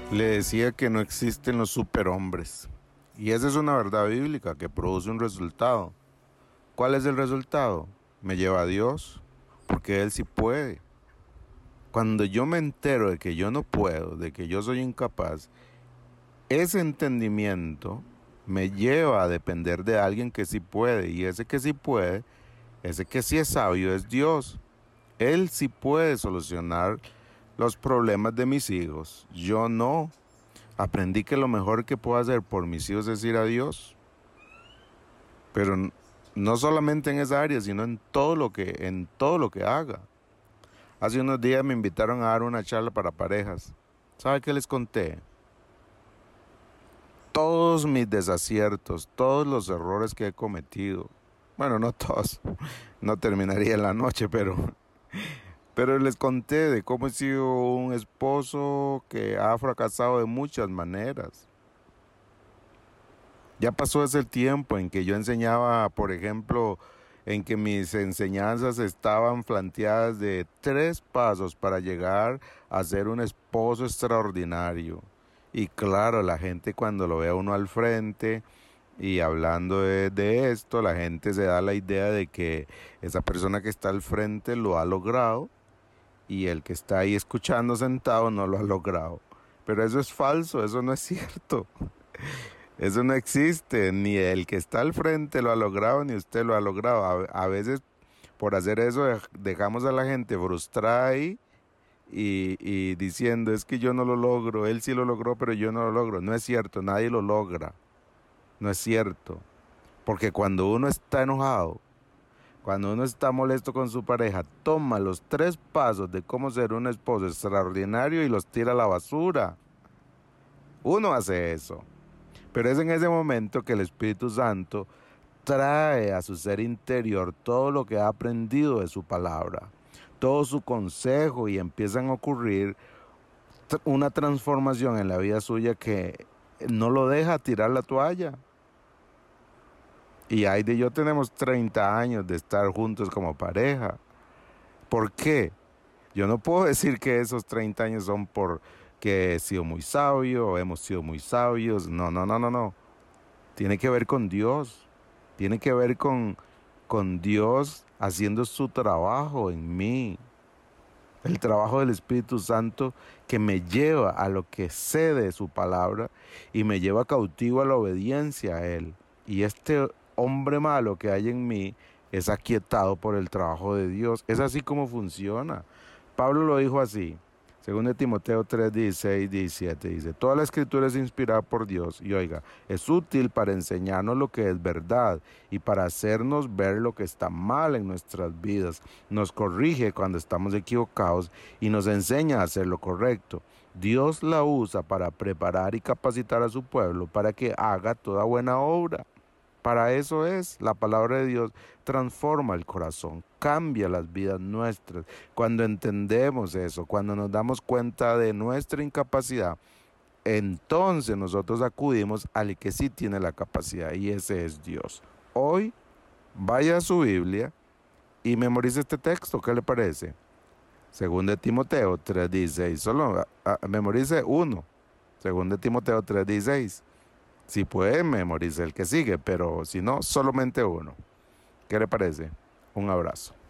Le decía que no existen los superhombres. Y esa es una verdad bíblica que produce un resultado. ¿Cuál es el resultado? Me lleva a Dios, porque Él sí puede. Cuando yo me entero de que yo no puedo, de que yo soy incapaz, ese entendimiento me lleva a depender de alguien que sí puede. Y ese que sí puede, ese que sí es sabio, es Dios. Él sí puede solucionar los problemas de mis hijos. Yo no. Aprendí que lo mejor que puedo hacer por mis hijos es ir a Dios, pero no solamente en esa área, sino en todo lo que haga. Hace unos días me invitaron a dar una charla para parejas. ¿Sabe qué les conté? Todos mis desaciertos, todos los errores que he cometido. Bueno, no todos, no terminaría en la noche, pero les conté de cómo he sido un esposo que ha fracasado de muchas maneras. Ya pasó ese tiempo en que yo enseñaba, por ejemplo, en que mis enseñanzas estaban planteadas de 3 pasos para llegar a ser un esposo extraordinario. Y claro, la gente cuando lo ve a uno al frente y hablando de esto, la gente se da la idea de que esa persona que está al frente lo ha logrado y el que está ahí escuchando sentado no lo ha logrado. Pero eso es falso, eso no es cierto. Eso no existe, ni el que está al frente lo ha logrado, ni usted lo ha logrado. A veces por hacer eso dejamos a la gente frustrada ahí y diciendo, es que yo no lo logro, él sí lo logró, pero yo no lo logro. No es cierto, nadie lo logra, no es cierto. Porque cuando uno está enojado, cuando uno está molesto con su pareja, toma los 3 pasos de cómo ser un esposo extraordinario y los tira a la basura. Uno hace eso. Pero es en ese momento que el Espíritu Santo trae a su ser interior todo lo que ha aprendido de su palabra, todo su consejo y empiezan a ocurrir una transformación en la vida suya que no lo deja tirar la toalla. Y Aide y yo tenemos 30 años de estar juntos como pareja. ¿Por qué? Yo no puedo decir que esos 30 años son porque he sido muy sabio o hemos sido muy sabios. No, no, no, no, no. Tiene que ver con Dios. Tiene que ver con Dios haciendo su trabajo en mí. El trabajo del Espíritu Santo que me lleva a lo que sé de su palabra y me lleva cautivo a la obediencia a Él. Y este hombre malo que hay en mí es aquietado por el trabajo de Dios. Es así como funciona. Pablo lo dijo así. Según de Timoteo 3, 16, 17, dice, toda la escritura es inspirada por Dios y oiga, es útil para enseñarnos lo que es verdad y para hacernos ver lo que está mal en nuestras vidas. Nos corrige cuando estamos equivocados y nos enseña a hacer lo correcto. Dios la usa para preparar y capacitar a su pueblo para que haga toda buena obra. Para eso es, la palabra de Dios transforma el corazón, cambia las vidas nuestras. Cuando entendemos eso, cuando nos damos cuenta de nuestra incapacidad, entonces nosotros acudimos al que sí tiene la capacidad y ese es Dios. Hoy vaya a su Biblia y memorice este texto, ¿qué le parece? Según de Timoteo 3:16, solo memorice uno. Según de Timoteo 3:16. Si puede, memorice el que sigue, pero si no, solamente uno. ¿Qué le parece? Un abrazo.